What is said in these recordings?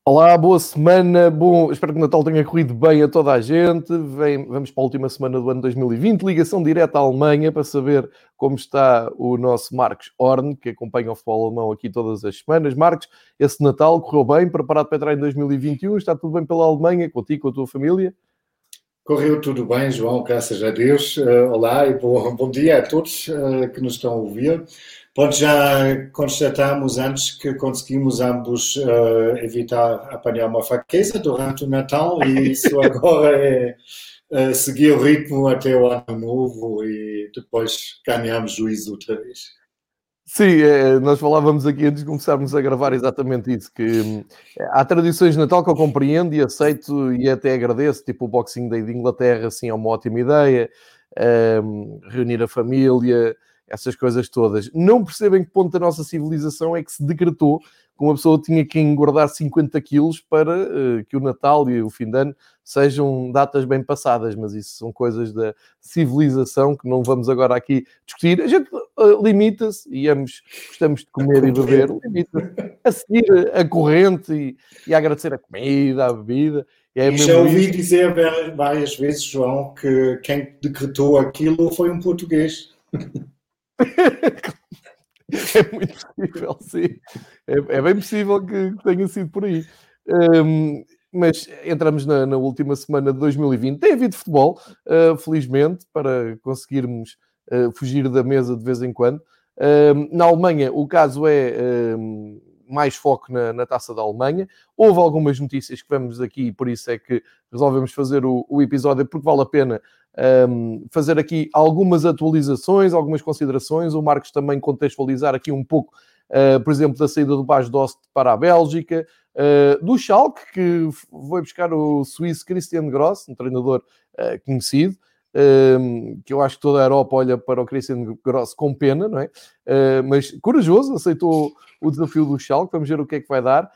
Olá, boa semana. Bom, espero que o Natal tenha corrido bem a toda a gente. Vamos para a última semana do ano 2020, ligação direta à Alemanha para saber como está o nosso Marcos Horn, que acompanha o futebol alemão aqui todas as semanas. Marcos, esse Natal correu bem, preparado para entrar em 2021? Está tudo bem pela Alemanha, contigo, com a tua família? Correu tudo bem, João, graças a Deus. Olá e bom dia a todos que nos estão a ouvir. Pronto, já constatamos antes que conseguimos ambos evitar apanhar uma fraqueza durante o Natal e isso agora é seguir o ritmo até o Ano Novo e depois ganhamos juízo outra vez. Sim, nós falávamos aqui antes de começarmos a gravar exatamente isso, que há tradições de Natal que eu compreendo e aceito e até agradeço, tipo o Boxing Day de Inglaterra, assim, é uma ótima ideia, reunir a família, essas coisas todas. Não percebem que ponto da nossa civilização é que se decretou que uma pessoa tinha que engordar 50 quilos para que o Natal e o fim de ano sejam datas bem passadas, mas isso são coisas da civilização que não vamos agora aqui discutir. A gente limita-se e gostamos de comer e beber, limita-se a seguir a corrente e a agradecer a comida, a bebida. É E já mesmo ouvi isso. dizer várias vezes, João, que quem decretou aquilo foi um português. É muito possível, sim. É bem possível que tenha sido por aí. Mas entramos na última semana de 2020. Tem havido futebol, felizmente, para conseguirmos fugir da mesa de vez em quando. Na Alemanha, o caso é mais foco na Taça da Alemanha. Houve algumas notícias que vamos aqui, por isso é que resolvemos fazer o episódio, porque vale a pena fazer aqui algumas atualizações, algumas considerações. O Marcos também contextualizar aqui um pouco, por exemplo, da saída do Bas Dost para a Bélgica, do Schalke, que foi buscar o suíço Christian Gross, um treinador conhecido, que eu acho que toda a Europa olha para o Christian Gross com pena, não é? Mas corajoso, aceitou o desafio do Schalke, vamos ver o que é que vai dar.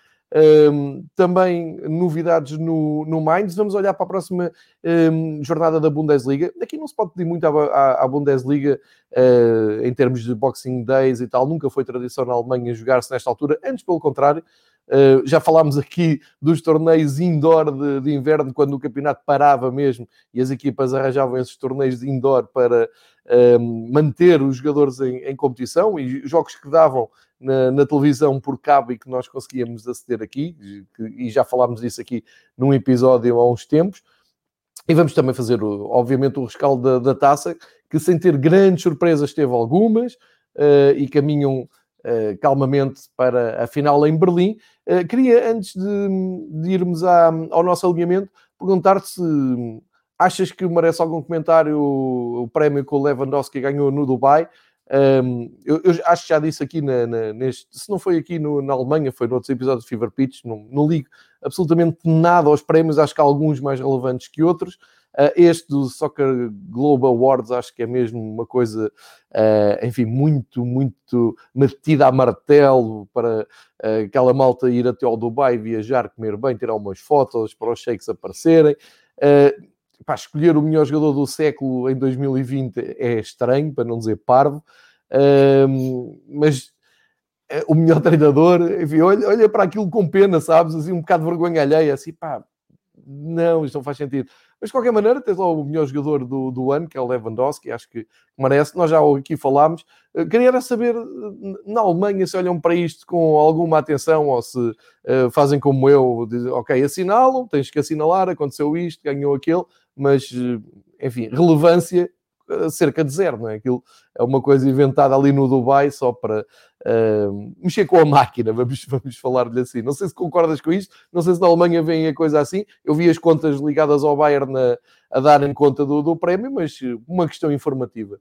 Também novidades no Mainz. Vamos olhar para a próxima jornada da Bundesliga. Aqui não se pode pedir muito à Bundesliga em termos de Boxing Days e tal. Nunca foi tradição na Alemanha jogar-se nesta altura, antes pelo contrário. Já falámos aqui dos torneios indoor de inverno, quando o campeonato parava mesmo e as equipas arranjavam esses torneios de indoor para manter os jogadores em competição, e jogos que davam na televisão por cabo e que nós conseguíamos aceder aqui, e já falámos disso aqui num episódio há uns tempos. E vamos também fazer, obviamente, o rescaldo da taça, que sem ter grandes surpresas teve algumas, e caminham calmamente para a final em Berlim. Queria, antes de irmos ao nosso alinhamento, perguntar-te se achas que merece algum comentário o prémio que o Lewandowski ganhou no Dubai. Eu acho que já disse aqui neste, se não foi aqui na Alemanha, foi noutros episódios de Fever Pitch. Não ligo absolutamente nada aos prémios, acho que há alguns mais relevantes que outros. Este do Soccer Globe Awards acho que é mesmo uma coisa, enfim, muito, muito metida a martelo para aquela malta ir até ao Dubai, viajar, comer bem, tirar umas fotos para os sheiks aparecerem. Para escolher o melhor jogador do século em 2020 é estranho, para não dizer parvo, mas o melhor treinador, enfim, olha para aquilo com pena, sabes, assim, um bocado de vergonha alheia, assim, pá, não, isto não faz sentido. Mas de qualquer maneira, tens lá o melhor jogador do ano, que é o Lewandowski, acho que merece. Nós já aqui falámos. Queria era saber, na Alemanha, se olham para isto com alguma atenção ou se fazem como eu, dizem, ok, assinalam, tens que assinalar, aconteceu isto, ganhou aquele, mas, enfim, relevância cerca de zero, não é? Aquilo é uma coisa inventada ali no Dubai só para mexer com a máquina, vamos falar-lhe assim. Não sei se concordas com isto, não sei se na Alemanha vem a coisa assim. Eu vi as contas ligadas ao Bayern a darem conta do prémio, mas uma questão informativa.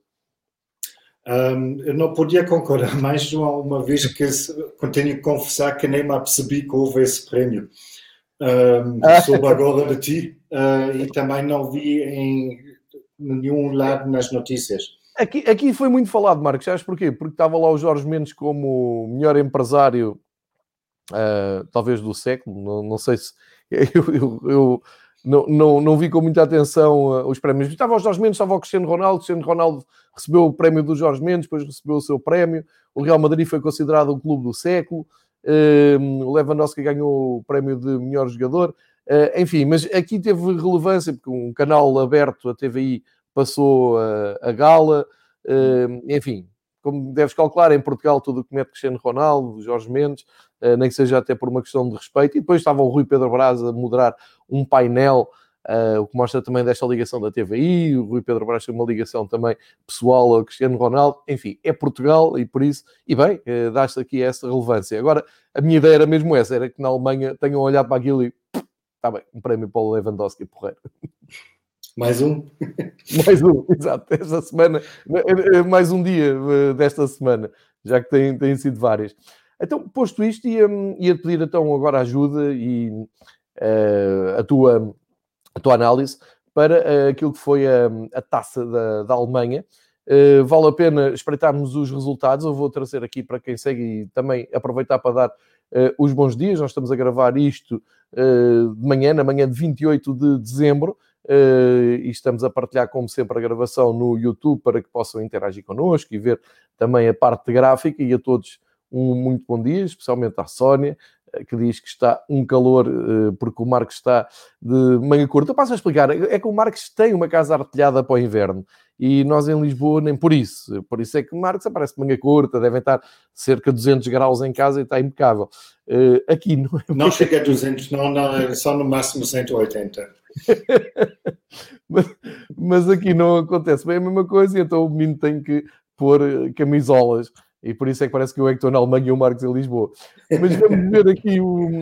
Eu não podia concordar mais, João, uma vez que tenho que confessar que nem me apercebi que houve esse prémio. Soube agora de ti e também não vi em nenhum lado nas notícias. Aqui foi muito falado, Marcos, sabes porquê? Porque estava lá o Jorge Mendes como melhor empresário, talvez do século, não sei se... Eu não vi com muita atenção os prémios. Estava o Jorge Mendes, estava o Cristiano Ronaldo recebeu o prémio do Jorge Mendes, depois recebeu o seu prémio. O Real Madrid foi considerado o clube do século. O Lewandowski ganhou o prémio de melhor jogador. Enfim, mas aqui teve relevância, porque um canal aberto, a TVI, passou a gala. Enfim, como deves calcular, em Portugal tudo o que mete Cristiano Ronaldo, Jorge Mendes, nem que seja até por uma questão de respeito. E depois estava o Rui Pedro Brás a moderar um painel, o que mostra também desta ligação da TVI. O Rui Pedro Brás tem uma ligação também pessoal ao Cristiano Ronaldo. Enfim, é Portugal e por isso, e bem, dá-se aqui essa relevância. Agora, a minha ideia era mesmo essa, era que na Alemanha tenham olhado para aquilo e está bem, um prémio para o Lewandowski, porreiro. Mais um? Mais um, exato. Esta semana, mais um dia desta semana, já que têm sido várias. Então, posto isto, ia-te pedir então agora ajuda e a tua análise para aquilo que foi a taça da Alemanha. Vale a pena espreitarmos os resultados. Eu vou trazer aqui para quem segue e também aproveitar para dar os bons dias. Nós estamos a gravar isto de manhã, na manhã de 28 de dezembro. E estamos a partilhar, como sempre, a gravação no YouTube para que possam interagir connosco e ver também a parte gráfica. E a todos um muito bom dia, especialmente à Sónia, que diz que está um calor porque o Marcos está de manga curta. Eu passo a explicar. É que o Marcos tem uma casa artilhada para o inverno e nós em Lisboa nem por isso. Por isso é que o Marcos aparece de manga curta, devem estar cerca de 200 graus em casa e está impecável. Aqui não é... Não chega a 200, não, só no máximo 180. mas aqui não acontece bem a mesma coisa e então o menino tem que pôr camisolas. E por isso é que parece que eu é que estou na Alemanha e o Marcos em Lisboa. Mas vamos ver aqui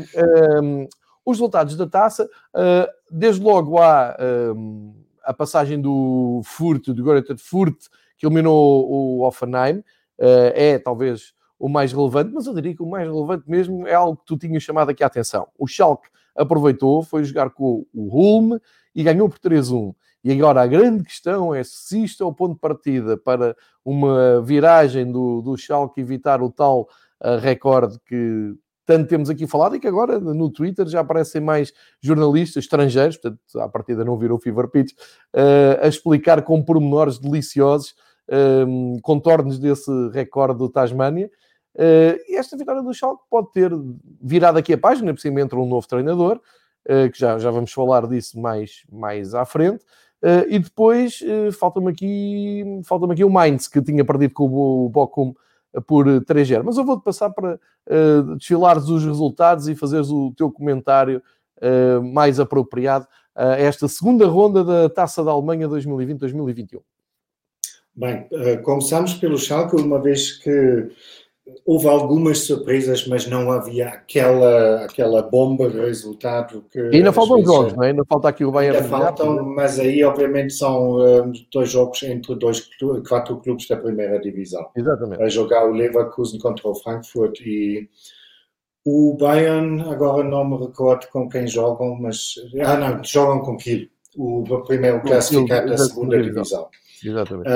os resultados da taça. Desde logo há a passagem do Furt, do Greuther Furt, que eliminou o Hoffenheim. É talvez o mais relevante, mas eu diria que o mais relevante mesmo é algo que tu tinhas chamado aqui a atenção. O Schalke aproveitou, foi jogar com o Ulm e ganhou por 3-1. E agora a grande questão é se isto é o ponto de partida para uma viragem do Schalke, evitar o tal recorde que tanto temos aqui falado e que agora no Twitter já aparecem mais jornalistas estrangeiros, portanto, à partida não virou Fever Pitch, a explicar com pormenores deliciosos contornos desse recorde do Tasmania. E esta vitória do Schalke pode ter virado aqui a página, por cima entra um novo treinador, que já vamos falar disso mais à frente. E depois falta-me aqui o Mainz, que tinha perdido com o Bochum por 3-0. Mas eu vou-te passar para desfilares os resultados e fazeres o teu comentário mais apropriado a esta segunda ronda da Taça da Alemanha 2020-2021. Bem, começamos pelo Schalke, uma vez que houve algumas surpresas, mas não havia aquela bomba de resultado que... E ainda faltam jogos, não é? Ainda falta aqui o Bayern. Ainda faltam, mas aí obviamente são dois jogos entre quatro clubes da primeira divisão. Exatamente. Vai jogar o Leverkusen contra o Frankfurt e o Bayern, agora não me recordo com quem jogam, mas... não, jogam com Kiel, o primeiro classificado da segunda divisão. Exatamente.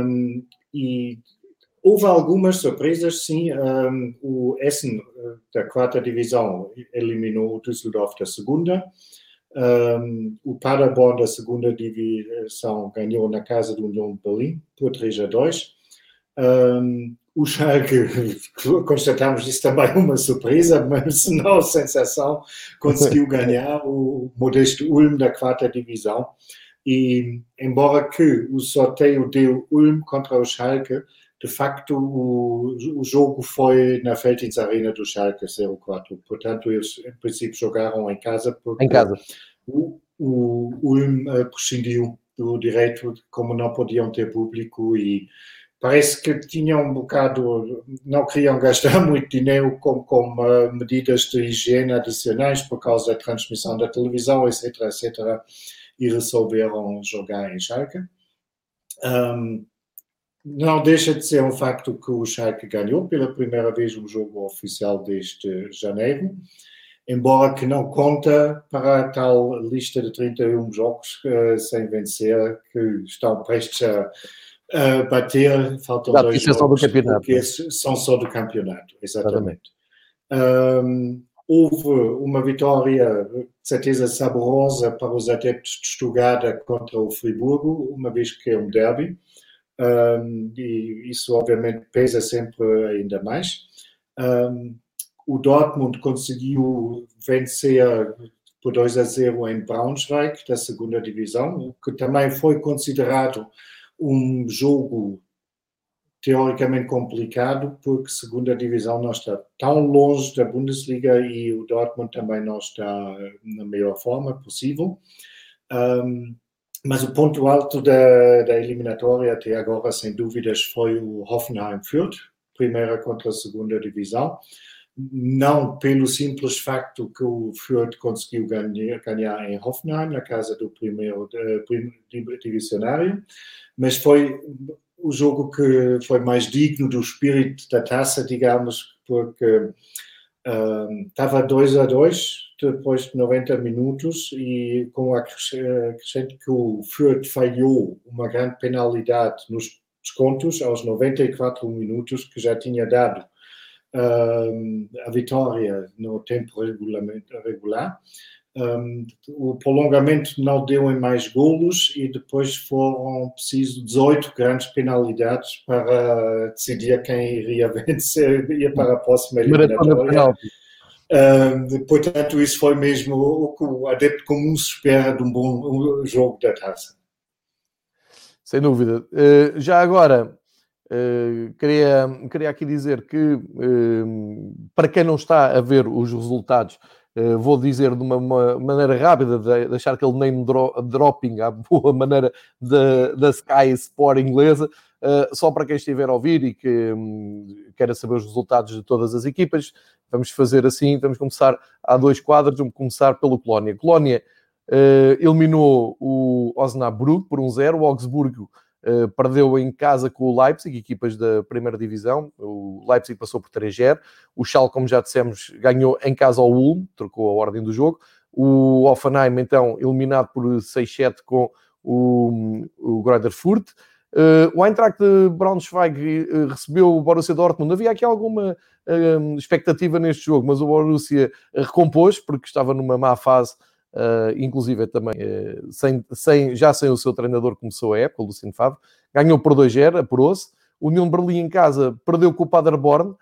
E houve algumas surpresas, sim. O Essen, da quarta divisão, eliminou o Düsseldorf da segunda. O Paderborn, da segunda divisão, ganhou na casa do União de Berlim por 3-2. O Schalke, constatamos isso também uma surpresa, mas não sensação, conseguiu ganhar o modesto Ulm da quarta divisão. E, embora que o sorteio deu Ulm contra o Schalke, de facto, o jogo foi na Veltins Arena do Schalke 04. Portanto, eles, em princípio, jogaram em casa, porque o Ulm prescindiu do direito, como não podiam ter público, e parece que tinham um bocado, não queriam gastar muito dinheiro com medidas de higiene adicionais por causa da transmissão da televisão, etc., etc., e resolveram jogar em Schalke. Não deixa de ser um facto que o Schalke ganhou pela primeira vez um jogo oficial desde janeiro, embora que não conta para a tal lista de 31 jogos sem vencer, que estão prestes a bater, faltam dois jogos, porque são só do campeonato, exatamente. Houve uma vitória, de certeza, saborosa para os adeptos de Stuttgart contra o Friburgo, uma vez que é um derby. E isso obviamente pesa sempre ainda mais. o Dortmund conseguiu vencer por 2-0 em Braunschweig, da segunda divisão, o que também foi considerado um jogo teoricamente complicado, porque a segunda divisão não está tão longe da Bundesliga e o Dortmund também não está na melhor forma possível. Mas o ponto alto da eliminatória até agora, sem dúvidas, foi o Hoffenheim-Fürth, primeira contra a segunda divisão. Não pelo simples facto que o Fürth conseguiu ganhar em Hoffenheim, na casa do primeiro divisionário, mas foi o jogo que foi mais digno do espírito da taça, digamos, porque estava 2-2 depois de 90 minutos e com a acrescente que o Fürth falhou uma grande penalidade nos descontos aos 94 minutos, que já tinha dado a vitória no tempo regular. O prolongamento não deu em mais golos e depois foram precisos 18 grandes penalidades para decidir quem iria vencer, ia para a próxima eliminatória. Portanto, isso foi mesmo o que o adepto comum se espera de um bom jogo da taça. Sem dúvida. Já agora, queria aqui dizer que, para quem não está a ver os resultados, vou dizer de uma maneira rápida, deixar aquele name dropping à boa maneira da Sky Sport inglesa, só para quem estiver a ouvir e que queira saber os resultados de todas as equipas. Vamos fazer assim, vamos começar, há 2 quadros, vamos começar pelo Colónia. Colónia eliminou o Osnabrück por 1-0, o Augsburgo perdeu em casa com o Leipzig, equipas da primeira divisão. O Leipzig passou por 3-0. O Schalke, como já dissemos, ganhou em casa ao Ulm, trocou a ordem do jogo. O Hoffenheim, então, eliminado por 6-7 com o Greuther Fürth. O Eintracht de Braunschweig recebeu o Borussia Dortmund. Havia aqui alguma expectativa neste jogo, mas o Borussia recompôs, porque estava numa má fase. Inclusive também já sem o seu treinador, começou a época, o Lucien Favre, ganhou por 2-0, apurou-se. O Union Berlim em casa perdeu com o Paderborn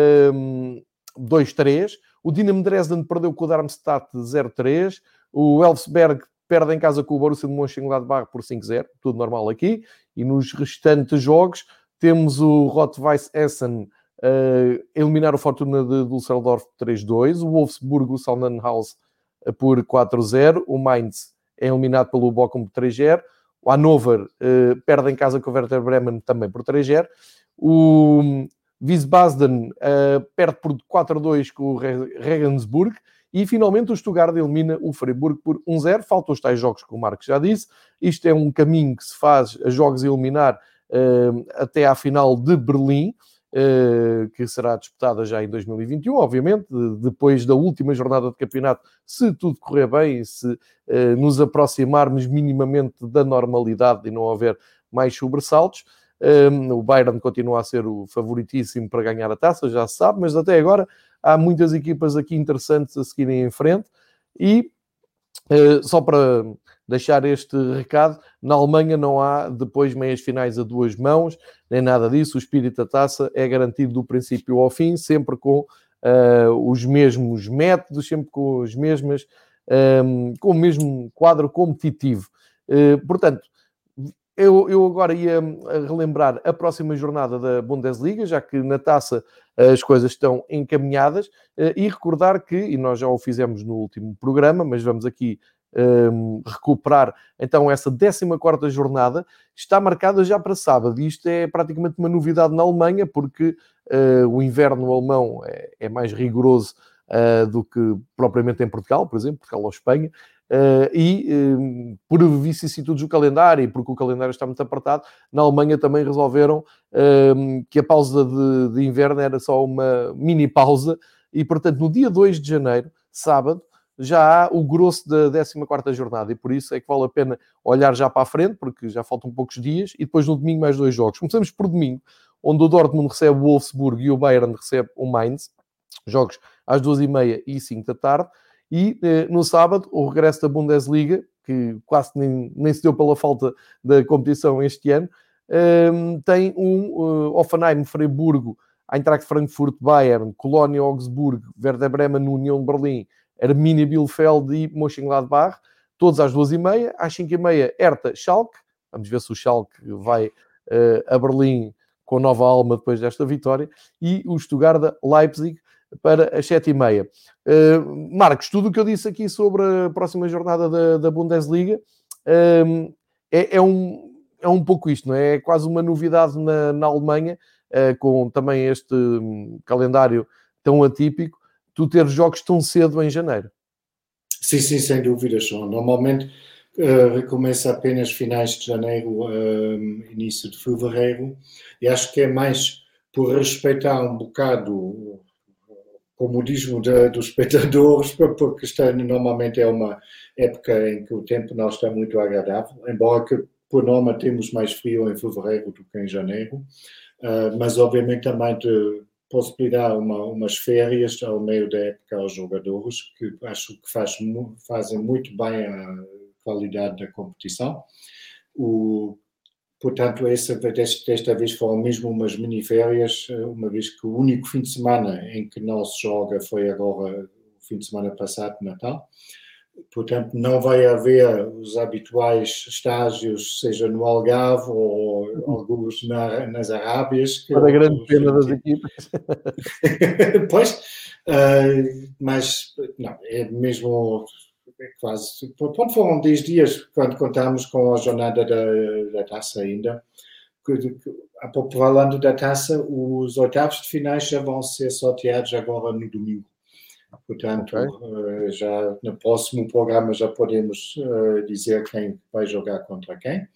2-3. O Dinamo Dresden perdeu com o Darmstadt 0-3. O Elfsberg perde em casa com o Borussia de Mönchengladbach por 5-0, tudo normal aqui. E nos restantes jogos temos o Rot-Weiss Essen eliminar o Fortuna de Düsseldorf 3-2, o Wolfsburgo, o Sandhausen por 4-0, o Mainz é eliminado pelo Bochum por 3-0, o Hannover perde em casa com o Werder Bremen também por 3-0, o Wiesbaden perde por 4-2 com o Regensburg e finalmente o Stuttgart elimina o Freiburg por 1-0. Faltam os tais jogos que o Marcos já disse. Isto é um caminho que se faz a jogos a eliminar até à final de Berlim, que será disputada já em 2021, obviamente, depois da última jornada de campeonato, se tudo correr bem e se nos aproximarmos minimamente da normalidade e não houver mais sobressaltos. O Bayern continua a ser o favoritíssimo para ganhar a taça, já se sabe, mas até agora há muitas equipas aqui interessantes a seguirem em frente. E só para deixar este recado, na Alemanha não há depois meias finais a 2 mãos, nem nada disso. O espírito da taça é garantido do princípio ao fim, sempre com os mesmos métodos, sempre com as mesmas, com o mesmo quadro competitivo. Portanto, eu agora ia relembrar a próxima jornada da Bundesliga, já que na taça as coisas estão encaminhadas, e recordar que, e nós já o fizemos no último programa, mas vamos aqui recuperar então essa 14ª jornada, está marcada já para sábado. Isto é praticamente uma novidade na Alemanha, porque o inverno alemão é mais rigoroso do que propriamente em Portugal, por exemplo, Portugal ou Espanha. Por vicissitudes do calendário e porque o calendário está muito apertado, na Alemanha também resolveram que a pausa de inverno era só uma mini pausa e, portanto, no dia 2 de janeiro, sábado, já há o grosso da 14ª jornada e por isso é que vale a pena olhar já para a frente, porque já faltam poucos dias, e depois no domingo mais 2 jogos. Começamos por domingo, onde o Dortmund recebe o Wolfsburg e o Bayern recebe o Mainz, jogos às 2h30 e 5 da tarde. E no sábado, o regresso da Bundesliga, que quase nem se deu pela falta da competição este ano, tem um Hoffenheim-Freiburgo Eintracht Frankfurt, Bayern, Colónia, Augsburgo, Werder Bremen, União de Berlim, Arminia Bielefeld e Mönchengladbach, todos às 2h30. Às 5h30, Hertha, Schalke. Vamos ver se o Schalke vai a Berlim com nova alma depois desta vitória. E o Stuttgart, Leipzig, para as 7h30. Marcos, tudo o que eu disse aqui sobre a próxima jornada da Bundesliga é um pouco isto, não é? É quase uma novidade na Alemanha, com também este calendário tão atípico, tu ter jogos tão cedo em janeiro. Sim, sem dúvida, João. Normalmente recomeça apenas finais de janeiro, início de fevereiro, e acho que é mais por respeitar um bocado o comodismo dos espectadores, porque normalmente é uma época em que o tempo não está muito agradável, embora que por norma temos mais frio em fevereiro do que em janeiro, mas obviamente também de possibilitar umas férias ao meio da época aos jogadores, que acho que fazem muito bem a qualidade da competição. Portanto, desta vez foram mesmo umas mini-férias, uma vez que o único fim de semana em que não se joga foi agora o fim de semana passado, Natal. Portanto, não vai haver os habituais estágios, seja no Algarve ou alguns nas Arábias. Para a grande pena das equipas. Pois, mas não, é mesmo quase. Quando foram 10 dias, quando contamos com a jornada da taça ainda, falando da taça, os oitavos de finais já vão ser sorteados agora no domingo. Portanto, já no próximo programa já podemos dizer quem vai jogar contra quem.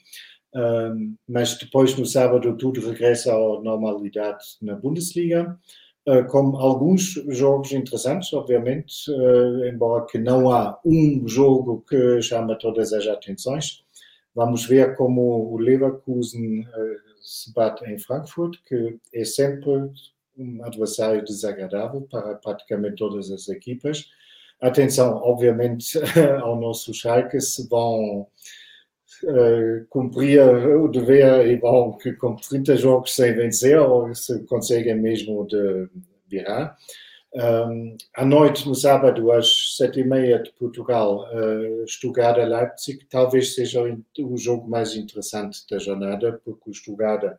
Mas depois, no sábado, tudo regressa à normalidade na Bundesliga, com alguns jogos interessantes, obviamente, embora que não há um jogo que chama todas as atenções. Vamos ver como o Leverkusen se bate em Frankfurt, que é sempre um adversário desagradável para praticamente todas as equipas. Atenção, obviamente, ao nosso Schalke, se vão cumprir o dever e vão com 30 jogos sem vencer, ou se conseguem mesmo de virar. À noite, no sábado, às 7h30 de Portugal, Stuttgart-Leipzig, talvez seja o jogo mais interessante da jornada, porque o Stuttgart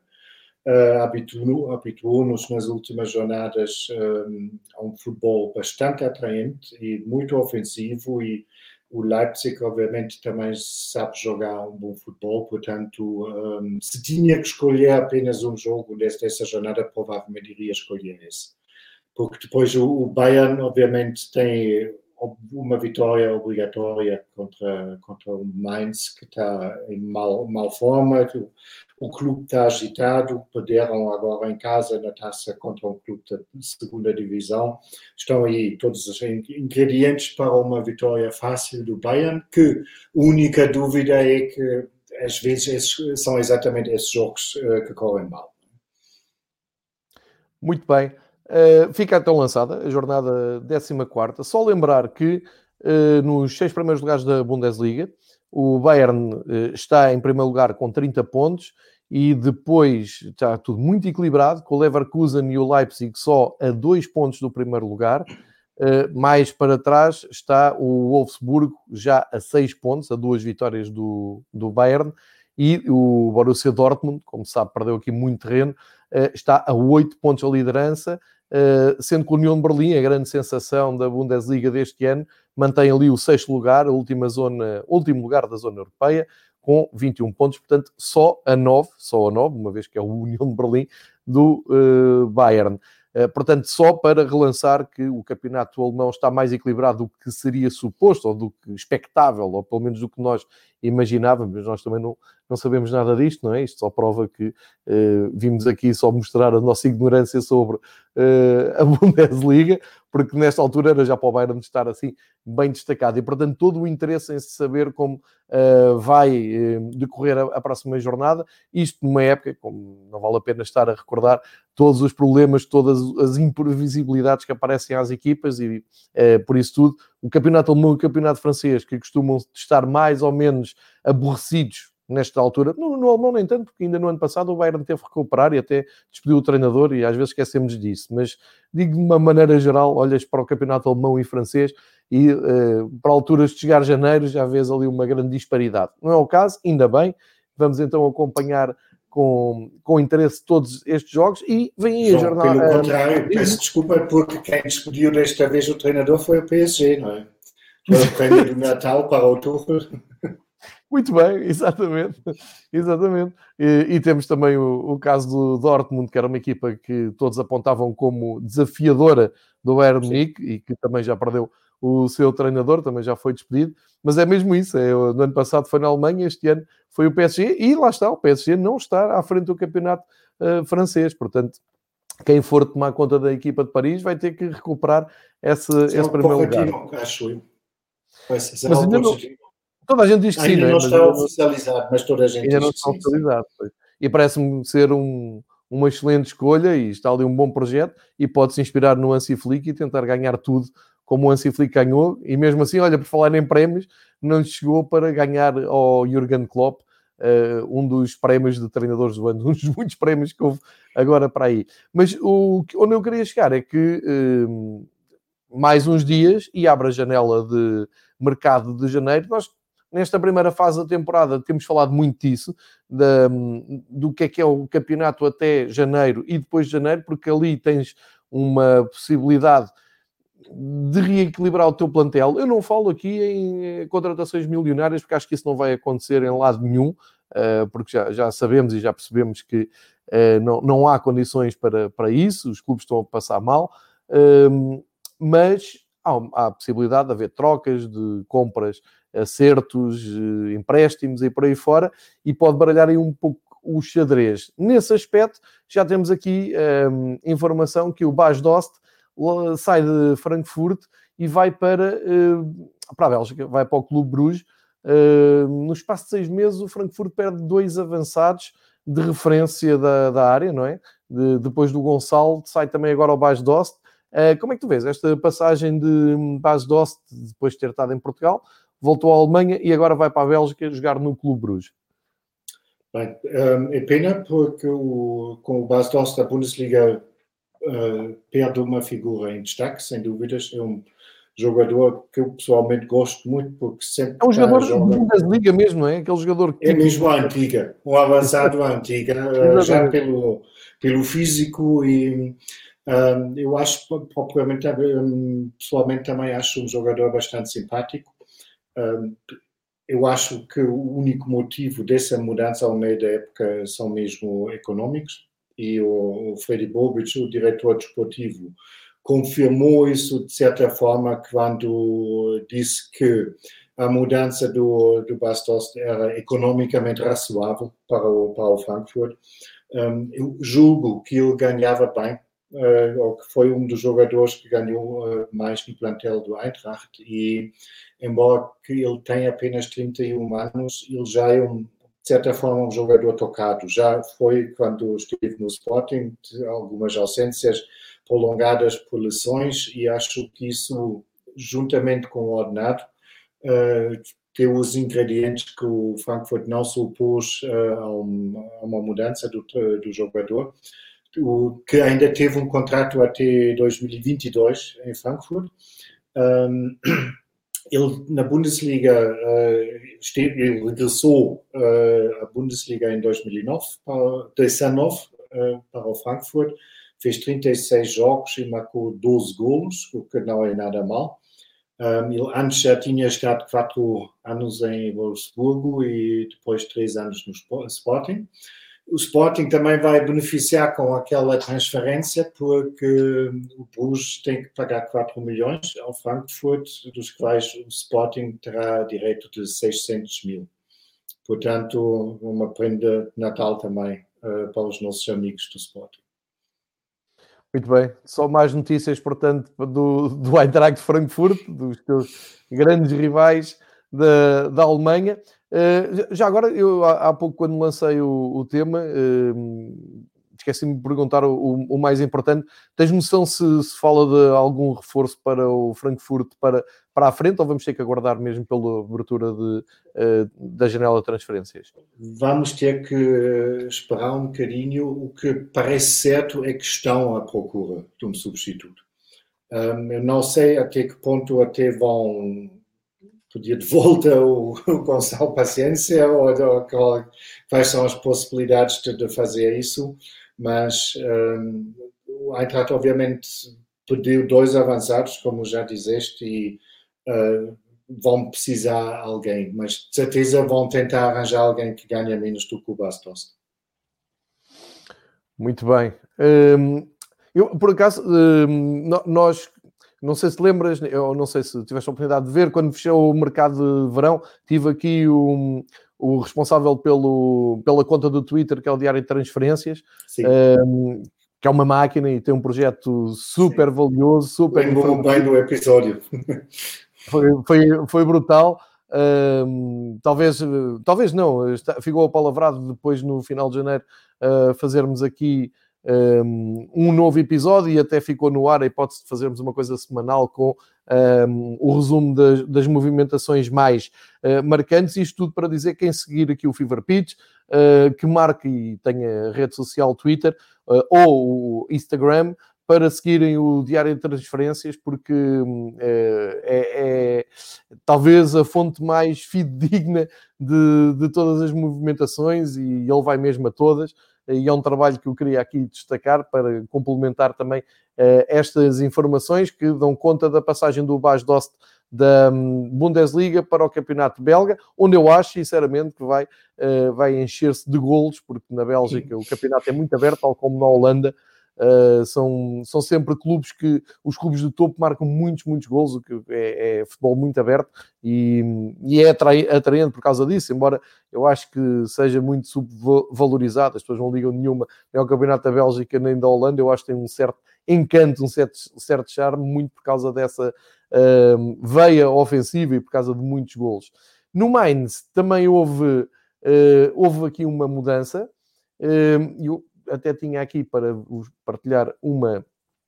habituou-nos nas últimas jornadas a um futebol bastante atraente e muito ofensivo, e o Leipzig obviamente também sabe jogar um bom futebol. Portanto, se tinha que escolher apenas um jogo dessa jornada, provavelmente iria escolher esse, porque depois o Bayern obviamente tem uma vitória obrigatória contra o Mainz, que está em mal forma. O clube está agitado, perderam agora em casa na taça contra um clube da segunda divisão. Estão aí todos os ingredientes para uma vitória fácil do Bayern, que a única dúvida é que às vezes são exatamente esses jogos que correm mal. Muito bem. Fica então lançada a jornada 14ª. Só lembrar que nos 6 primeiros lugares da Bundesliga, o Bayern está em primeiro lugar com 30 pontos, e depois está tudo muito equilibrado, com o Leverkusen e o Leipzig só a 2 pontos do primeiro lugar. Mais para trás está o Wolfsburgo, já a 6 pontos, a 2 vitórias do Bayern, e o Borussia Dortmund, como se sabe, perdeu aqui muito terreno, está a 8 pontos a liderança, sendo que a União de Berlim, a grande sensação da Bundesliga deste ano, mantém ali o 6º lugar, último lugar da zona europeia, com 21 pontos, portanto só a 9, uma vez que é o União de Berlim, do Bayern. Portanto, só para relançar que o campeonato alemão está mais equilibrado do que seria suposto, ou do que expectável, ou pelo menos do que nós imaginávamos, mas nós também não sabemos nada disto, não é? Isto só prova que vimos aqui só mostrar a nossa ignorância sobre a Bundesliga, porque nesta altura era já para o Bayern estar assim bem destacado, e portanto todo o interesse em saber como vai decorrer a próxima jornada, isto numa época, como não vale a pena estar a recordar todos os problemas, todas as imprevisibilidades que aparecem às equipas, e por isso tudo, o campeonato alemão e o campeonato francês, que costumam estar mais ou menos aborrecidos nesta altura. No alemão nem tanto, porque ainda no ano passado o Bayern teve que recuperar e até despediu o treinador e às vezes esquecemos disso. Mas digo de uma maneira geral, olhas para o campeonato alemão e francês e para alturas de chegar a janeiro já vês ali uma grande disparidade. Não é o caso, ainda bem. Vamos então acompanhar com interesse todos estes jogos e vem aí a jornada... Pelo contrário, peço desculpa porque quem despediu desta vez o treinador foi o PSG, não é? Foi o prémio do Natal para o Tuchel. Muito bem, exatamente. E temos também o caso do Dortmund, que era uma equipa que todos apontavam como desafiadora do Bayern Munique e que também já perdeu o seu treinador, também já foi despedido. Mas é mesmo isso. No ano passado foi na Alemanha, este ano foi o PSG e lá está, o PSG não está à frente do campeonato francês. Portanto, quem for tomar conta da equipa de Paris vai ter que recuperar esse primeiro lugar. Acho eu. Mas ainda não... Toda a gente diz que sim, não é? Não está oficializado, mas toda a gente diz que sim. Oficializado. E parece-me ser uma excelente escolha e está ali um bom projeto e pode-se inspirar no Hansi Flick e tentar ganhar tudo como o Hansi Flick ganhou. E mesmo assim, olha, por falar em prémios, não chegou para ganhar ao Jürgen Klopp um dos prémios de treinadores do ano, um dos muitos prémios que houve agora para aí. Mas onde eu queria chegar é que mais uns dias e abre a janela de mercado de janeiro. Nós, nesta primeira fase da temporada, temos falado muito disso, do que é o campeonato até janeiro e depois de janeiro, porque ali tens uma possibilidade de reequilibrar o teu plantel. Eu não falo aqui em contratações milionárias, porque acho que isso não vai acontecer em lado nenhum, porque já sabemos e já percebemos que não há condições para isso, os clubes estão a passar mal, mas há a possibilidade de haver trocas, de compras, acertos, empréstimos e por aí fora, e pode baralhar aí um pouco o xadrez. Nesse aspecto, já temos aqui informação que o Bas Dost sai de Frankfurt e vai para a Bélgica, vai para o Clube Bruges. No espaço de 6 meses, o Frankfurt perde 2 avançados de referência da área, não é? Depois do Gonçalo, sai também agora o Bas Dost. Como é que tu vês esta passagem de Bas Dost, depois de ter estado em Portugal, voltou à Alemanha e agora vai para a Bélgica jogar no Clube Bruges? Bem, é pena porque com o Bas Dost da Bundesliga perde uma figura em destaque, sem dúvidas. É um jogador que eu pessoalmente gosto muito porque sempre... É um jogador da Bundesliga mesmo, não é? Aquele jogador que... É mesmo a antiga, um avançado à antiga, já pelo físico e... eu acho, pessoalmente também acho um jogador bastante simpático. Eu acho que o único motivo dessa mudança ao meio da época são mesmo económicos e o Freddy Bobic, o diretor desportivo, confirmou isso de certa forma quando disse que a mudança do Bas Dost era economicamente razoável para o Frankfurt. Eu julgo que ele ganhava bem, ou que foi um dos jogadores que ganhou mais no plantel do Eintracht e embora que ele tenha apenas 31 anos, ele já é de certa forma um jogador tocado. Já foi quando esteve no Sporting, algumas ausências prolongadas por lesões e acho que isso, juntamente com o ordenado, tem os ingredientes que o Frankfurt não se opôs a uma mudança do jogador, que ainda teve um contrato até 2022 em Frankfurt. Ele, na Bundesliga, ele regressou à Bundesliga em 2019 para o Frankfurt, fez 36 jogos e marcou 12 golos, o que não é nada mal. Ele antes já tinha estado 4 anos em Wolfsburgo e depois 3 anos no Sporting. O Sporting também vai beneficiar com aquela transferência porque o Bruges tem que pagar 4 milhões ao Frankfurt, dos quais o Sporting terá direito de 600 mil. Portanto, uma prenda de Natal também para os nossos amigos do Sporting. Muito bem. Só mais notícias, portanto, do Eintracht de Frankfurt, dos teus grandes rivais da Alemanha. Já agora, eu há pouco, quando lancei o tema, esqueci-me de perguntar o mais importante. Tens noção se fala de algum reforço para o Frankfurt para a frente, ou vamos ter que aguardar mesmo pela abertura da janela de transferências? Vamos ter que esperar um bocadinho. O que parece certo é que estão à procura de um substituto. Eu não sei até que ponto até vão pedir de volta o Gonçalo Paciência ou quais são as possibilidades de fazer isso, mas o Eintracht obviamente pediu 2 avançados, como já disseste, e vão precisar de alguém, mas de certeza vão tentar arranjar alguém que ganhe menos do que o Bastos. Muito bem. Eu, por acaso, nós, não sei se lembras, eu não sei se tiveste a oportunidade de ver, quando fechou o mercado de verão, tive aqui o responsável pela conta do Twitter, que é o Diário de Transferências, que é uma máquina e tem um projeto super valioso, super informativo. Bem do episódio. Foi brutal. Talvez não, ficou apalavrado depois no final de janeiro fazermos aqui um novo episódio e até ficou no ar a hipótese de fazermos uma coisa semanal com o resumo das movimentações mais marcantes, isto tudo para dizer quem seguir aqui o Fever Pitch, que marque e tenha rede social Twitter ou o Instagram, para seguirem o Diário de Transferências, porque é talvez a fonte mais fidedigna de todas as movimentações, e ele vai mesmo a todas, e é um trabalho que eu queria aqui destacar para complementar também estas informações que dão conta da passagem do Bas Dost da Bundesliga para o Campeonato Belga, onde eu acho, sinceramente, que vai encher-se de golos, porque na Bélgica o campeonato é muito aberto, tal como na Holanda. São sempre clubes que os clubes de topo marcam muitos golos, o que é futebol muito aberto e é atraente por causa disso, embora eu acho que seja muito subvalorizado. As pessoas não ligam nenhuma nem ao campeonato da Bélgica nem da Holanda. Eu acho que tem um certo encanto, um certo charme, muito por causa dessa veia ofensiva e por causa de muitos golos. No Mainz também houve aqui uma mudança. Eu até tinha aqui para vos partilhar uma...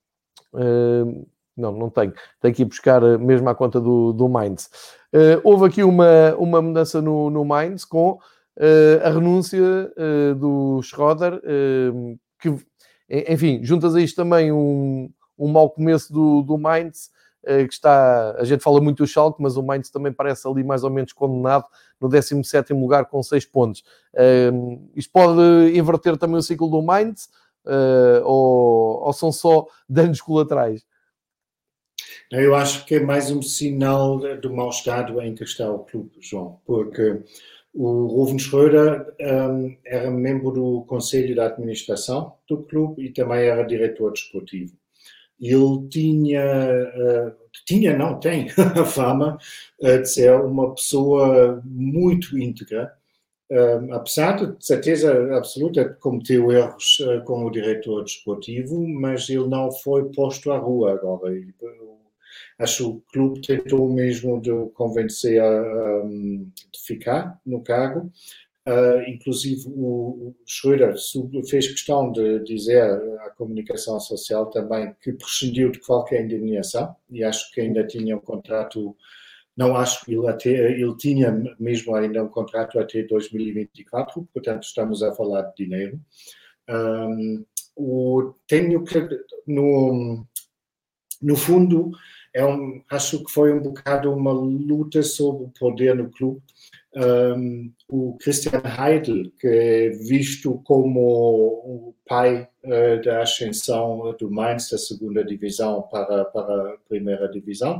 não tenho. Tenho que ir buscar mesmo à conta do Mainz. Houve aqui uma mudança no Mainz com a renúncia do Schroeder, que, enfim, juntas a isto também um mau começo do Mainz, que está... A gente fala muito do Schalke, mas o Mainz também parece ali mais ou menos condenado no 17º lugar com 6 pontos. Isto pode inverter também o ciclo do Mainz, ou são só danos colaterais? Eu acho que é mais um sinal do mau estado em que está o clube, João, porque o Ruven Schröder era membro do Conselho de Administração do clube e também era diretor desportivo. Ele tem a fama de ser uma pessoa muito íntegra, apesar de certeza absoluta cometeu erros como diretor desportivo, mas ele não foi posto à rua agora. Acho que o clube tentou mesmo de convencer de ficar no cargo. Inclusive o Schröder fez questão de dizer à comunicação social também que prescindiu de qualquer indemnização, e acho que ainda tinha um contrato, não acho que ele tinha mesmo ainda um contrato até 2024, portanto estamos a falar de dinheiro. Tenho que, no fundo, acho que foi um bocado uma luta sobre o poder no clube. O Christian Heidel, que é visto como o pai da ascensão do Mainz da segunda divisão para a primeira divisão,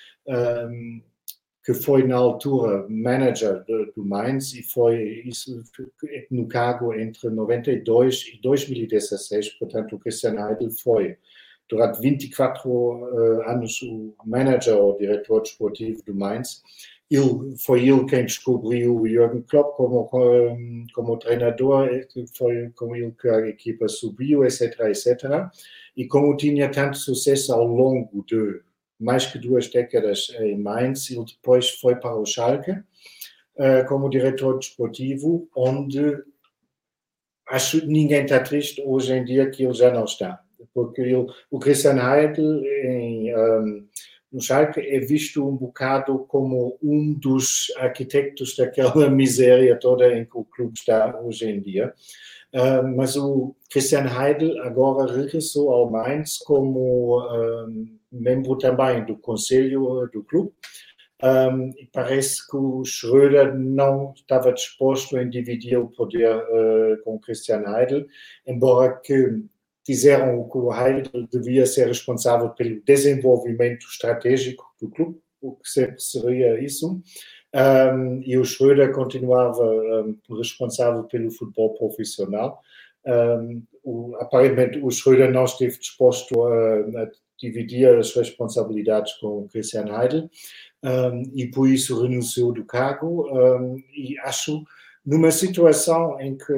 que foi na altura manager do Mainz e foi isso no cargo entre 92 e 2016, portanto o Christian Heidel foi durante 24 anos o manager ou diretor desportivo do Mainz. Foi ele quem descobriu o Jürgen Klopp como treinador, foi com ele que a equipa subiu, etc. E como tinha tanto sucesso ao longo de mais que 2 décadas em Mainz, ele depois foi para o Schalke como diretor desportivo, onde acho que ninguém está triste hoje em dia que ele já não está. Porque o Christian Heidel no Schalke é visto um bocado como um dos arquitetos daquela miséria toda em que o clube está hoje em dia. Mas o Christian Heidel agora regressou ao Mainz como membro também do conselho do clube. E parece que o Schröder não estava disposto em dividir o poder com o Christian Heidel, embora que disseram que o Heidel devia ser responsável pelo desenvolvimento estratégico do clube, o que sempre seria isso. E o Schröder continuava responsável pelo futebol profissional. Aparentemente, o Schröder não esteve disposto a dividir as responsabilidades com o Christian Heidel e por isso renunciou do cargo. E acho, na situação em que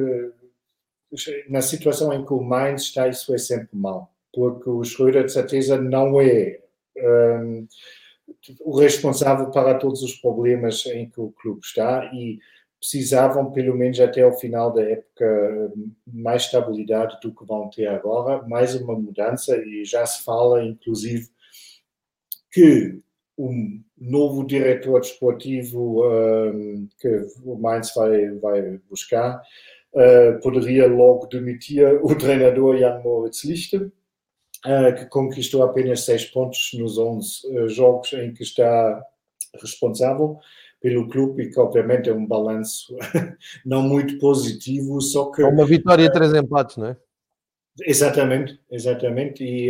o Mainz está, isso é sempre mal, porque o Schröder, de certeza, não é o responsável para todos os problemas em que o clube está e precisavam, pelo menos até ao final da época, mais estabilidade do que vão ter agora, mais uma mudança, e já se fala, inclusive, que um novo diretor desportivo que o Mainz vai buscar poderia logo demitir o treinador Jan Moritz Lichte, que conquistou apenas 6 pontos nos 11 jogos em que está responsável pelo clube e que obviamente é um balanço não muito positivo, só que... Uma vitória e 3 empates, não é? Exatamente. E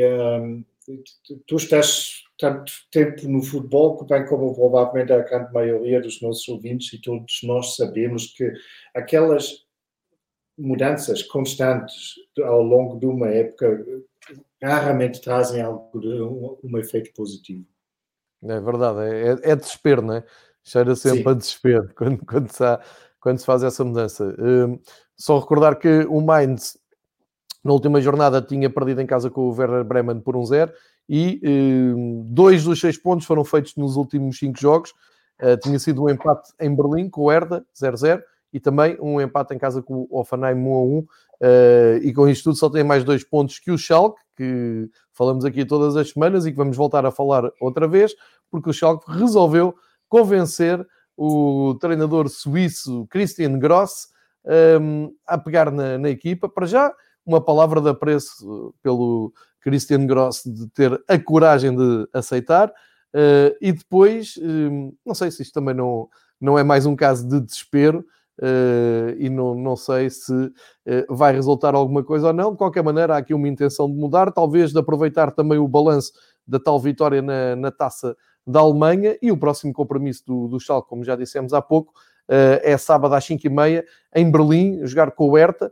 tu estás tanto tempo no futebol, que bem como provavelmente a grande maioria dos nossos ouvintes e todos nós sabemos que aquelas mudanças constantes ao longo de uma época raramente trazem algo de um efeito positivo. É verdade, é desespero, não é? Cheira sempre Sim. a desespero quando se faz essa mudança. Só recordar que o Mainz, na última jornada, tinha perdido em casa com o Werder Bremen por 1-0 e 2 dos 6 pontos foram feitos nos últimos 5 jogos. Tinha sido um empate em Berlim com o Hertha, 0-0, e também um empate em casa com o Hoffenheim 1-1. E com isto tudo só tem mais 2 pontos que o Schalke, que falamos aqui todas as semanas e que vamos voltar a falar outra vez, porque o Schalke resolveu convencer o treinador suíço Christian Gross a pegar na equipa. Para já, uma palavra de apreço pelo Christian Gross de ter a coragem de aceitar. E depois, não sei se isto também não é mais um caso de desespero, e não sei se vai resultar alguma coisa ou não. De qualquer maneira, há aqui uma intenção de mudar, talvez de aproveitar também o balanço da tal vitória na Taça da Alemanha, e o próximo compromisso do Schalke, como já dissemos há pouco, é sábado às 5h30 em Berlim, jogar com o Hertha.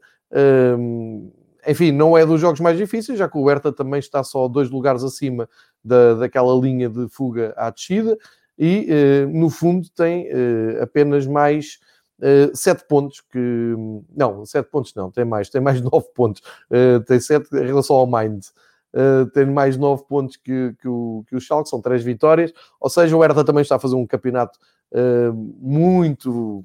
Enfim, não é dos jogos mais difíceis, já que o Hertha também está só 2 lugares acima daquela linha de fuga à descida e, no fundo, tem apenas mais 7 pontos que... Não, 7 pontos não, tem mais 9 pontos. Tem 7 em relação ao Mainz. Tem mais 9 pontos que o Schalke, são 3 vitórias. Ou seja, o Hertha também está a fazer um campeonato muito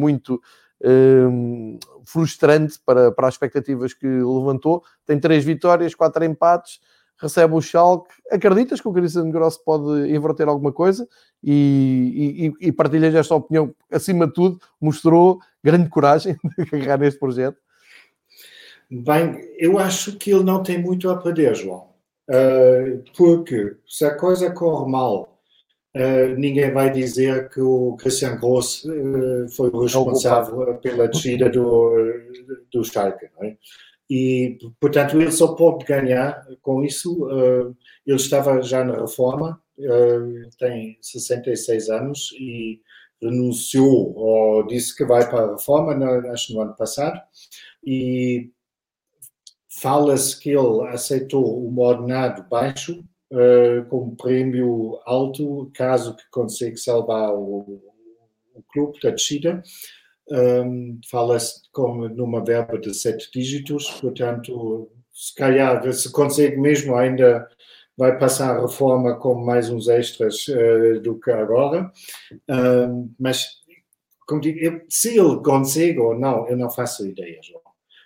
frustrante para as expectativas que levantou. Tem 3 vitórias, 4 empates, recebe o Schalke. Acreditas que o Christian Gross pode inverter alguma coisa? E partilhas esta opinião, acima de tudo, mostrou grande coragem de agarrar neste projeto. Bem, eu acho que ele não tem muito a perder, João. Porque se a coisa corre mal, ninguém vai dizer que o Christian Gross foi o responsável pela descida do Schalke, não é? E, portanto, ele só pode ganhar com isso. Ele estava já na reforma, tem 66 anos e renunciou, ou disse que vai para a reforma, acho no ano passado, e fala-se que ele aceitou um ordenado baixo como prémio alto, caso que consiga salvar o clube da descida. Fala-se como numa verba de 7 dígitos, portanto, se calhar, se consegue mesmo, ainda vai passar a reforma com mais uns extras do que agora. Mas, como digo, se ele consegue ou não, eu não faço ideia, João.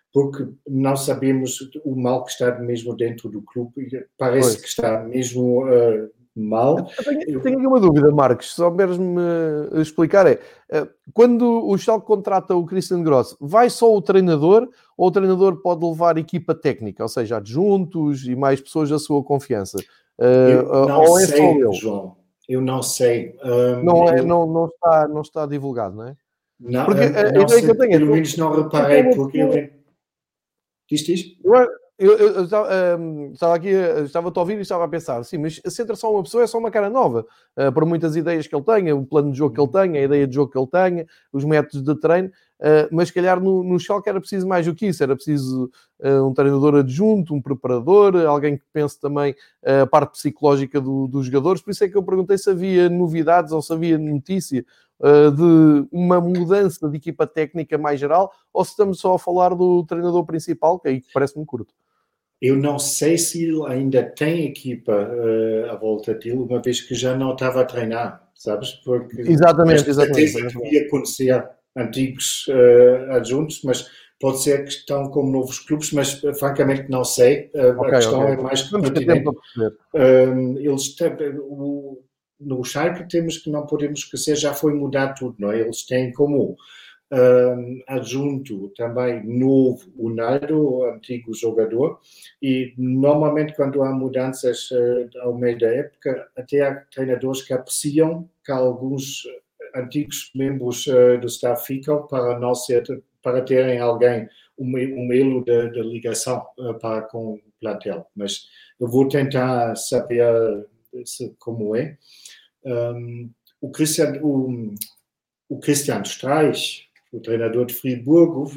porque não sabemos o mal que está mesmo dentro do clube. Parece que está mesmo mal. Tenho aqui uma dúvida, Marcos, se souberes-me explicar quando o Schalke contrata o Christian Gross, vai só o treinador ou o treinador pode levar equipa técnica, ou seja, adjuntos e mais pessoas da sua confiança? Eu não Ou é sei, só ele? João. Eu não sei. Não está divulgado, não é? Não, Porque a não ideia que sei, eu tenho é pelo menos não reparei, porque eu... Diz? eu estava aqui, estava-te a ouvir e estava a pensar, sim, mas se entra só uma pessoa, é só uma cara nova, por muitas ideias que ele tenha, o plano de jogo que ele tenha, a ideia de jogo que ele tenha, os métodos de treino, mas se calhar no Schalke era preciso mais do que isso, era preciso um treinador adjunto, um preparador, alguém que pense também a parte psicológica dos jogadores, por isso é que eu perguntei se havia novidades ou se havia notícia de uma mudança de equipa técnica mais geral, ou se estamos só a falar do treinador principal, que aí parece-me curto. Eu não sei se ele ainda tem equipa à volta dele, uma vez que já não estava a treinar, sabes? Porque Exatamente. certeza que devia acontecer antigos adjuntos, mas pode ser que estão como novos clubes, mas francamente não sei. A questão é mais que pertinente. Eles no Schalke temos que não podemos esquecer, já foi mudar tudo, não é? Eles têm como adjunto também novo o Naldo, o antigo jogador, e normalmente quando há mudanças ao meio da época, até há treinadores que apreciam que alguns antigos membros do staff ficam para terem alguém, um elo de ligação para com o plantel. Mas eu vou tentar saber como é. O Christian Streich, o treinador de Friburgo,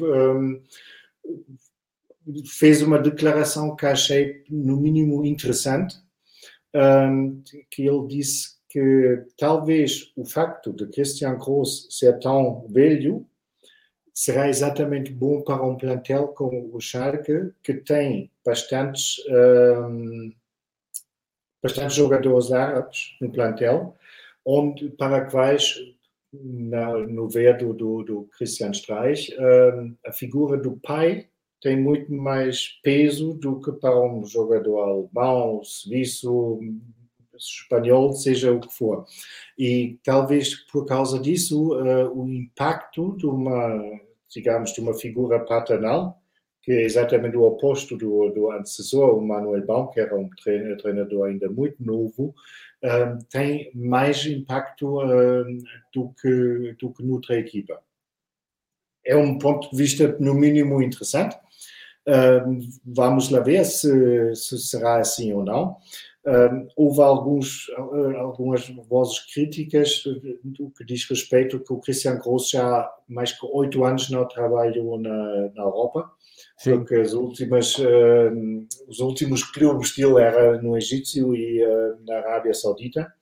fez uma declaração que achei, no mínimo, interessante, que ele disse que talvez o facto de Christian Gross ser tão velho será exatamente bom para um plantel como o Schalke, que tem bastantes jogadores árabes no plantel, para quais, no ver do Christian Streich, a figura do pai tem muito mais peso do que para um jogador alemão, suíço, espanhol, seja o que for. E talvez por causa disso o impacto de uma figura paternal, que é exatamente o oposto do antecessor, o Manuel Baum, que era um treinador ainda muito novo, tem mais impacto do que noutra equipa. É um ponto de vista, no mínimo, interessante. Vamos lá ver se será assim ou não. Houve algumas vozes críticas do que diz respeito que o Christian Gross já há mais que 8 anos não trabalhou na Europa. Sim. Porque os últimos clubes dele eram no Egito e na Arábia Saudita.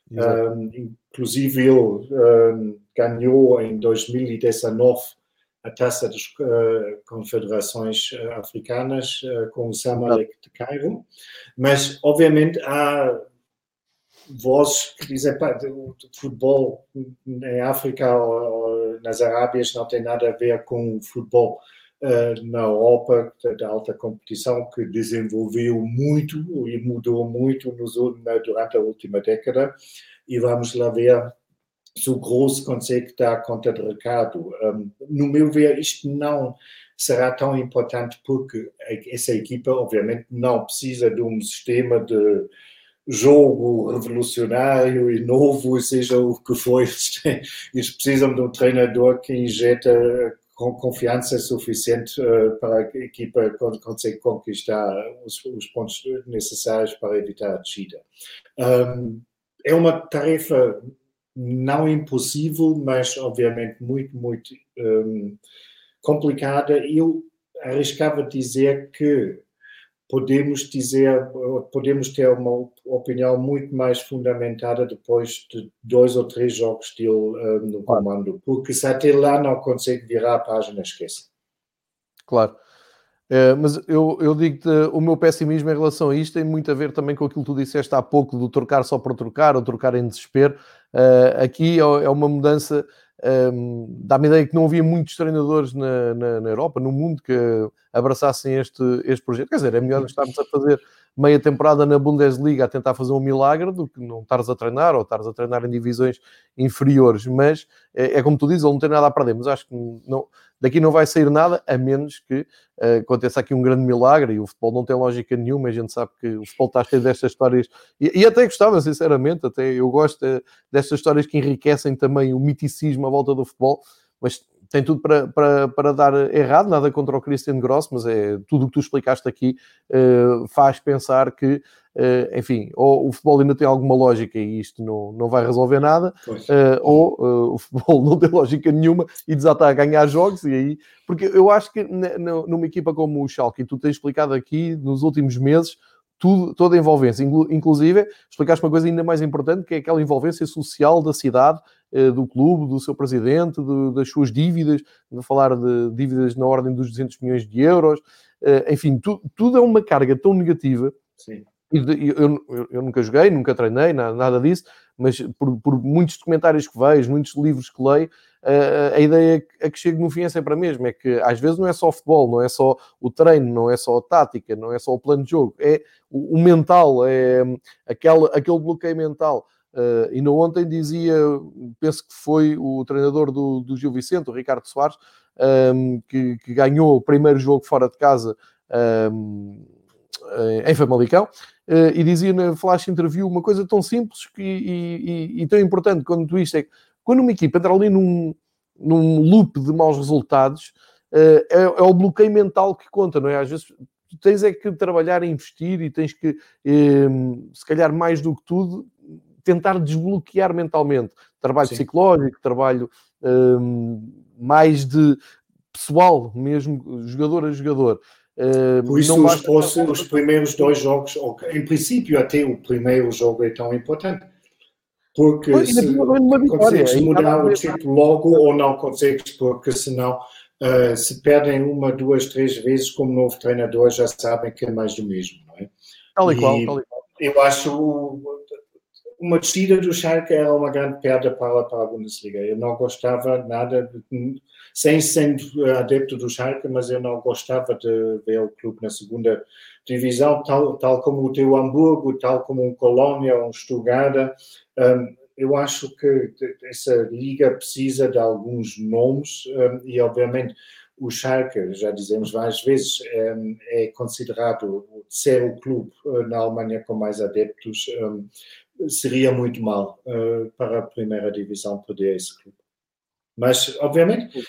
Inclusive ele ganhou em 2019 a Taça das Confederações Africanas com o Zamalek de Cairo, mas obviamente há vozes que dizem que o futebol em África ou nas Arábias não tem nada a ver com o futebol na Europa, da alta competição, que desenvolveu muito e mudou muito durante a última década, e vamos lá ver se o Gross consegue dar conta de recado. No meu ver, isto não será tão importante porque essa equipa, obviamente, não precisa de um sistema de jogo revolucionário e novo, seja o que for. Eles precisam de um treinador que injeta com confiança suficiente para que a equipa consiga conquistar os pontos necessários para evitar a descida. É uma tarefa não impossível, mas obviamente muito, muito complicada. Eu arriscava dizer que podemos ter uma opinião muito mais fundamentada depois de 2 ou 3 jogos dele no comando, porque se até lá não consegue virar a página, esquece. Claro. Mas eu digo-te, o meu pessimismo em relação a isto tem muito a ver também com aquilo que tu disseste há pouco, do trocar só por trocar, ou trocar em desespero. Aqui é uma mudança, dá-me a ideia que não havia muitos treinadores na Europa, no mundo, que abraçassem este projeto. Quer dizer, é melhor estarmos a fazer meia temporada na Bundesliga a tentar fazer um milagre do que não estares a treinar ou estares a treinar em divisões inferiores. Mas é como tu dizes, ele não tem nada a perder, mas acho que não, daqui não vai sair nada, a menos que aconteça aqui um grande milagre, e o futebol não tem lógica nenhuma, a gente sabe que o futebol está cheio destas histórias, e até gostava, sinceramente, até eu gosto destas histórias que enriquecem também o miticismo à volta do futebol, mas tem tudo para dar errado, nada contra o Christian Gross, mas tudo o que tu explicaste aqui faz pensar que, enfim, ou o futebol ainda tem alguma lógica e isto não vai resolver nada, ou o futebol não tem lógica nenhuma e desata a ganhar jogos, e aí... Porque eu acho que numa equipa como o Schalke, e tu tens explicado aqui nos últimos meses, toda a envolvência, inclusive explicaste uma coisa ainda mais importante, que é aquela envolvência social da cidade, do clube, do seu presidente, das suas dívidas, vou falar de dívidas na ordem dos 200 milhões de euros, enfim, tudo é uma carga tão negativa. Sim. Eu nunca joguei, nunca treinei, nada disso, mas por muitos documentários que vejo, muitos livros que leio, a ideia a que chego no fim é sempre a mesma, é que às vezes não é só futebol, não é só o treino, não é só a tática, não é só o plano de jogo, é o mental, é aquele bloqueio mental. Ainda ontem dizia, penso que foi o treinador do Gil Vicente, o Ricardo Soares, que ganhou o primeiro jogo fora de casa em Famalicão, e dizia na flash interview uma coisa tão simples e tão importante quanto isto, é que quando uma equipa entra ali num loop de maus resultados, é o bloqueio mental que conta, não é? Às vezes tu tens é que trabalhar e investir, e tens que, se calhar mais do que tudo, tentar desbloquear mentalmente. Trabalho psicológico, trabalho mais de pessoal mesmo, jogador a jogador. Por isso, os primeiros 2 jogos, em princípio, até o primeiro jogo é tão importante. Porque se consegues mudar o chip logo ou não consegues, porque senão, se perdem 1, 2, 3 vezes como novo treinador, já sabem que é mais do mesmo, não é? Tal e qual. Eu acho uma descida do Schalke era uma grande perda para a Bundesliga. Eu não gostava nada, sem sendo adepto do Schalke, mas eu não gostava de ver o clube na segunda divisão, tal como o teu Hamburgo, tal como um Colónia, um Stuttgart. Eu acho que essa liga precisa de alguns nomes, e obviamente o Schalke, já dizemos várias vezes, é considerado ser o clube na Alemanha com mais adeptos. Seria muito mal para a primeira divisão perder esse clube. Mas, obviamente,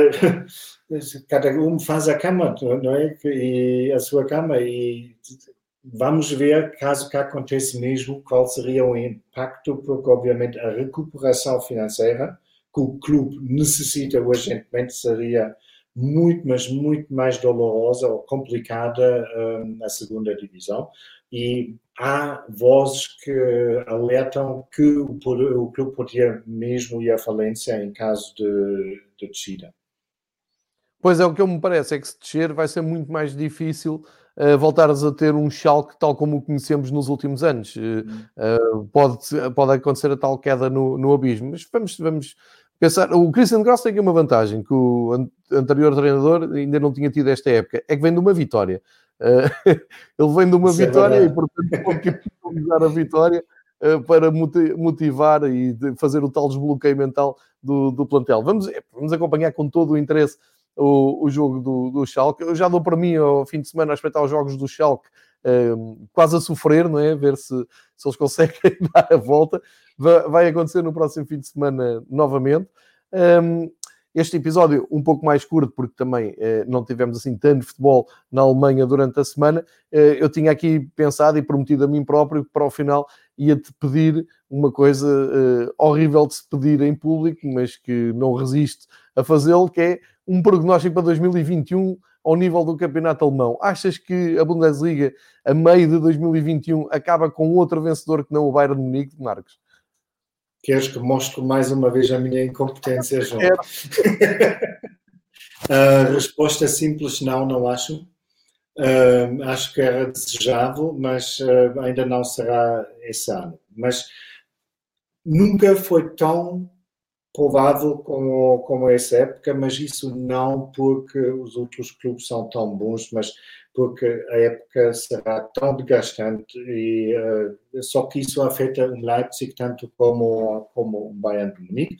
cada um faz a cama, não é? E a sua cama, e vamos ver, caso que aconteça mesmo, qual seria o impacto, porque, obviamente, a recuperação financeira que o clube necessita urgentemente seria muito, mas muito mais dolorosa ou complicada na segunda divisão. E há vozes que alertam que o clube poderia mesmo ir à falência em caso de descida. Pois é, o que me parece é que se descer vai ser muito mais difícil voltares a ter um Schalke tal como o conhecemos nos últimos anos. Pode acontecer a tal queda no abismo, mas vamos pensar. O Christian Gross tem aqui uma vantagem que o anterior treinador ainda não tinha tido esta época, é que vem de uma vitória. Ele vem de uma vitória e, portanto, pode usar a vitória para motivar e fazer o tal desbloqueio mental do plantel. Vamos acompanhar com todo o interesse o jogo do Schalke. Eu já dou para mim ao fim de semana a espreitar os jogos do Schalke, quase a sofrer, não é? Ver se eles conseguem dar a volta. Vai acontecer no próximo fim de semana novamente. Este episódio um pouco mais curto, porque também não tivemos assim tanto futebol na Alemanha durante a semana. Eu tinha aqui pensado e prometido a mim próprio que para o final ia-te pedir uma coisa horrível de se pedir em público, mas que não resiste a fazê-lo, que é um prognóstico para 2021 ao nível do campeonato alemão. Achas que a Bundesliga, a meio de 2021, acaba com outro vencedor que não o Bayern de Munique, Marcos? Queres que mostre mais uma vez a minha incompetência, João? A resposta simples, não acho. Acho que era desejável, mas ainda não será esse ano. Mas nunca foi tão provável como essa época, mas isso não porque os outros clubes são tão bons, mas porque a época será tão desgastante e só que isso afeta o Leipzig tanto como o Bayern de Munique.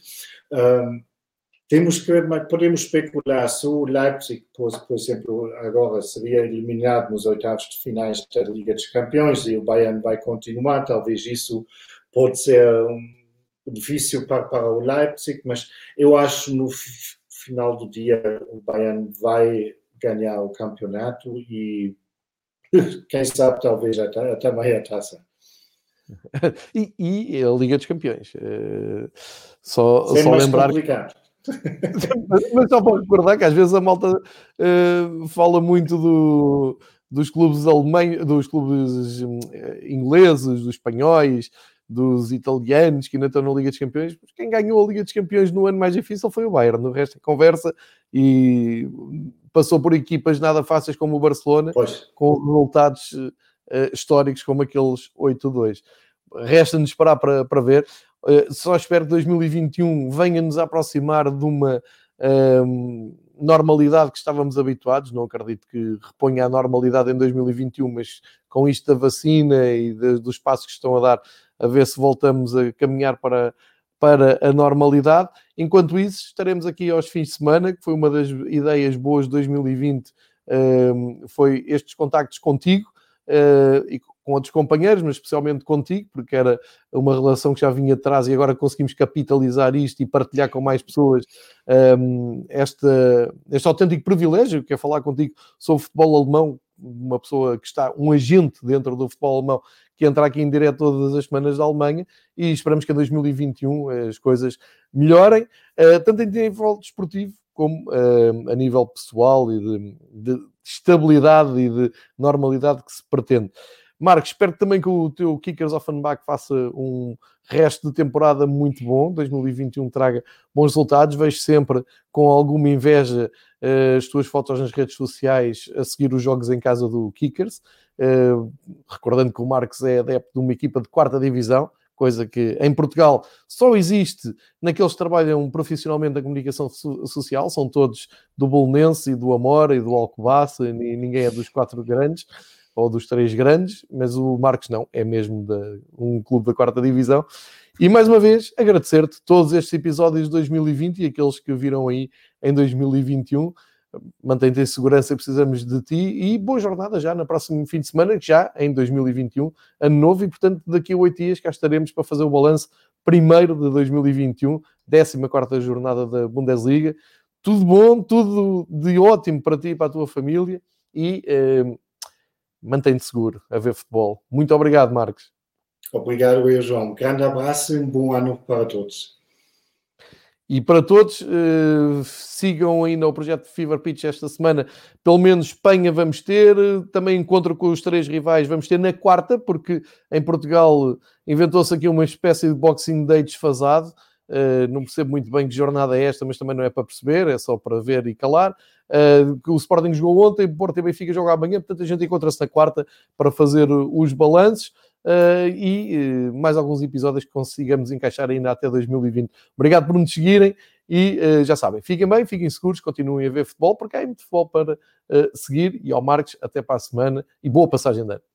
Podemos especular se o Leipzig, por exemplo, agora seria eliminado nos oitavos de finais da Liga dos Campeões e o Bayern vai continuar, talvez isso pode ser difícil para o Leipzig, mas eu acho no final do dia o Bayern vai ganhar o campeonato e quem sabe talvez até meia taça. E a Liga dos Campeões. Só mais lembrar... complicado. Mas só para recordar que às vezes a malta fala muito dos clubes alemães, dos clubes ingleses, dos espanhóis, dos italianos que ainda estão na Liga dos Campeões. Mas quem ganhou a Liga dos Campeões no ano mais difícil foi o Bayern. No resto da conversa, e passou por equipas nada fáceis como o Barcelona, pois, com resultados históricos como aqueles 8-2. Resta-nos esperar para ver. Só espero que 2021 venha-nos a aproximar de uma normalidade que estávamos habituados. Não acredito que reponha a normalidade em 2021, mas com isto da vacina e dos passos que estão a dar, a ver se voltamos a caminhar para a normalidade. Enquanto isso, estaremos aqui aos fins de semana, que foi uma das ideias boas de 2020, foi estes contactos contigo, e com outros companheiros, mas especialmente contigo, porque era uma relação que já vinha atrás e agora conseguimos capitalizar isto e partilhar com mais pessoas este autêntico privilégio que é falar contigo sobre futebol alemão, uma pessoa que está, um agente dentro do futebol alemão, que entra aqui em direto todas as semanas da Alemanha, e esperamos que em 2021 as coisas melhorem, tanto em nível desportivo como a nível pessoal e de estabilidade e de normalidade que se pretende. Marcos, espero também que o teu Kickers Offenbach faça um resto de temporada muito bom. 2021 traga bons resultados. Vejo sempre com alguma inveja as tuas fotos nas redes sociais a seguir os jogos em casa do Kickers. Recordando que o Marcos é adepto de uma equipa de 4ª divisão, coisa que em Portugal só existe naqueles que trabalham profissionalmente na comunicação social, são todos do Bolonense e do Amora e do Alcobaça, e ninguém é dos 4 grandes ou dos 3 grandes, mas o Marcos não, é mesmo um clube da 4ª divisão. E mais uma vez, agradecer-te todos estes episódios de 2020 e aqueles que viram aí em 2021. Mantém-te em segurança, precisamos de ti, e boa jornada já no próximo fim de semana, que já em 2021, ano novo, e portanto daqui a 8 dias cá estaremos para fazer o balanço primeiro de 2021, 14ª jornada da Bundesliga. Tudo bom, tudo de ótimo para ti e para a tua família, e mantém-te seguro a ver futebol. Muito obrigado, Marcos. Obrigado, eu, João. Grande abraço e um bom ano para todos. E para todos, sigam ainda o projeto Fever Pitch esta semana. Pelo menos Espanha vamos ter, também encontro com os 3 rivais vamos ter na quarta, porque em Portugal inventou-se aqui uma espécie de Boxing Day desfasado. Não percebo muito bem que jornada é esta, mas também não é para perceber, é só para ver e calar. O Sporting jogou ontem, o Porto e Benfica jogam amanhã, portanto a gente encontra-se na quarta para fazer os balanços. E mais alguns episódios que consigamos encaixar ainda até 2020. Obrigado por nos seguirem e já sabem, fiquem bem, fiquem seguros, continuem a ver futebol, porque há muito futebol para seguir. E ao Marcos, até para a semana e boa passagem de ano.